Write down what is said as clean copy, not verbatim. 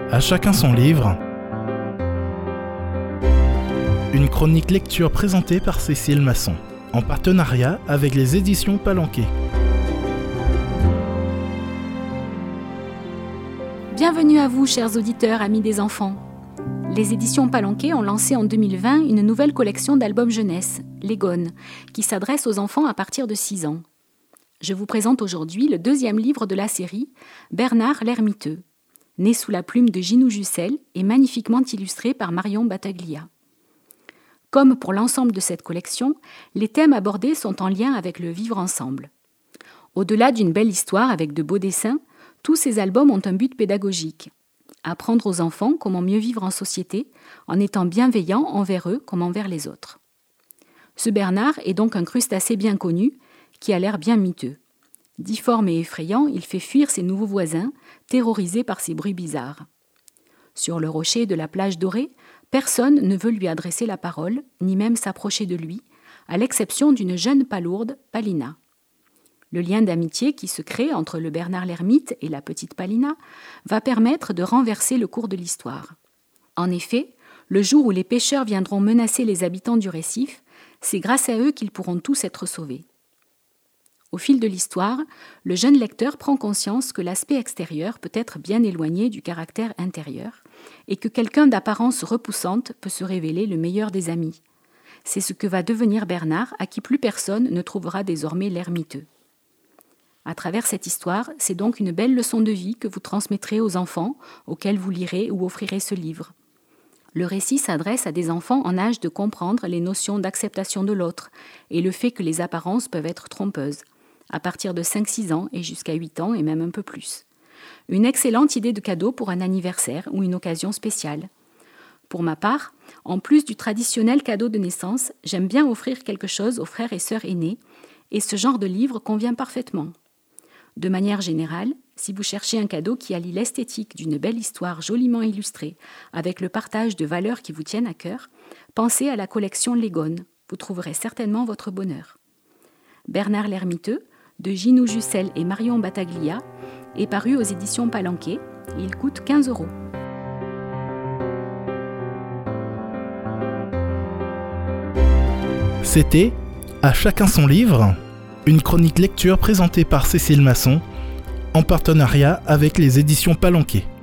À chacun son livre. Une chronique lecture présentée par Cécile Masson, en partenariat avec les éditions Palanquet. Bienvenue à vous, chers auditeurs, amis des enfants. Les éditions Palanquet ont lancé en 2020 une nouvelle collection d'albums jeunesse, Les Gones, qui s'adresse aux enfants à partir de 6 ans. Je vous présente aujourd'hui le deuxième livre de la série, Bernard l'Ermiteux, né sous la plume de Ginou Jussel et magnifiquement illustré par Marion Battaglia. Comme pour l'ensemble de cette collection, les thèmes abordés sont en lien avec le vivre ensemble. Au-delà d'une belle histoire avec de beaux dessins, tous ces albums ont un but pédagogique. Apprendre aux enfants comment mieux vivre en société en étant bienveillant envers eux comme envers les autres. Ce Bernard est donc un crustacé bien connu qui a l'air bien miteux. Difforme et effrayant, il fait fuir ses nouveaux voisins, terrorisés par ses bruits bizarres. Sur le rocher de la plage dorée, personne ne veut lui adresser la parole, ni même s'approcher de lui, à l'exception d'une jeune palourde, Palina. Le lien d'amitié qui se crée entre le Bernard l'ermite et la petite Palina va permettre de renverser le cours de l'histoire. En effet, le jour où les pêcheurs viendront menacer les habitants du récif, c'est grâce à eux qu'ils pourront tous être sauvés. Au fil de l'histoire, le jeune lecteur prend conscience que l'aspect extérieur peut être bien éloigné du caractère intérieur et que quelqu'un d'apparence repoussante peut se révéler le meilleur des amis. C'est ce que va devenir Bernard, à qui plus personne ne trouvera désormais l'ermiteux. À travers cette histoire, c'est donc une belle leçon de vie que vous transmettrez aux enfants auxquels vous lirez ou offrirez ce livre. Le récit s'adresse à des enfants en âge de comprendre les notions d'acceptation de l'autre et le fait que les apparences peuvent être trompeuses, à partir de 5-6 ans et jusqu'à 8 ans et même un peu plus. Une excellente idée de cadeau pour un anniversaire ou une occasion spéciale. Pour ma part, en plus du traditionnel cadeau de naissance, j'aime bien offrir quelque chose aux frères et sœurs aînés, et ce genre de livre convient parfaitement. De manière générale, si vous cherchez un cadeau qui allie l'esthétique d'une belle histoire joliment illustrée avec le partage de valeurs qui vous tiennent à cœur, pensez à la collection Les Gones. Vous trouverez certainement votre bonheur. Bernard l'Ermiteux, de Ginou Jussel et Marion Battaglia, est paru aux éditions Palanquet. Il coûte 15 €. C'était À chacun son livre, une chronique lecture présentée par Cécile Masson, en partenariat avec les éditions Palanquet.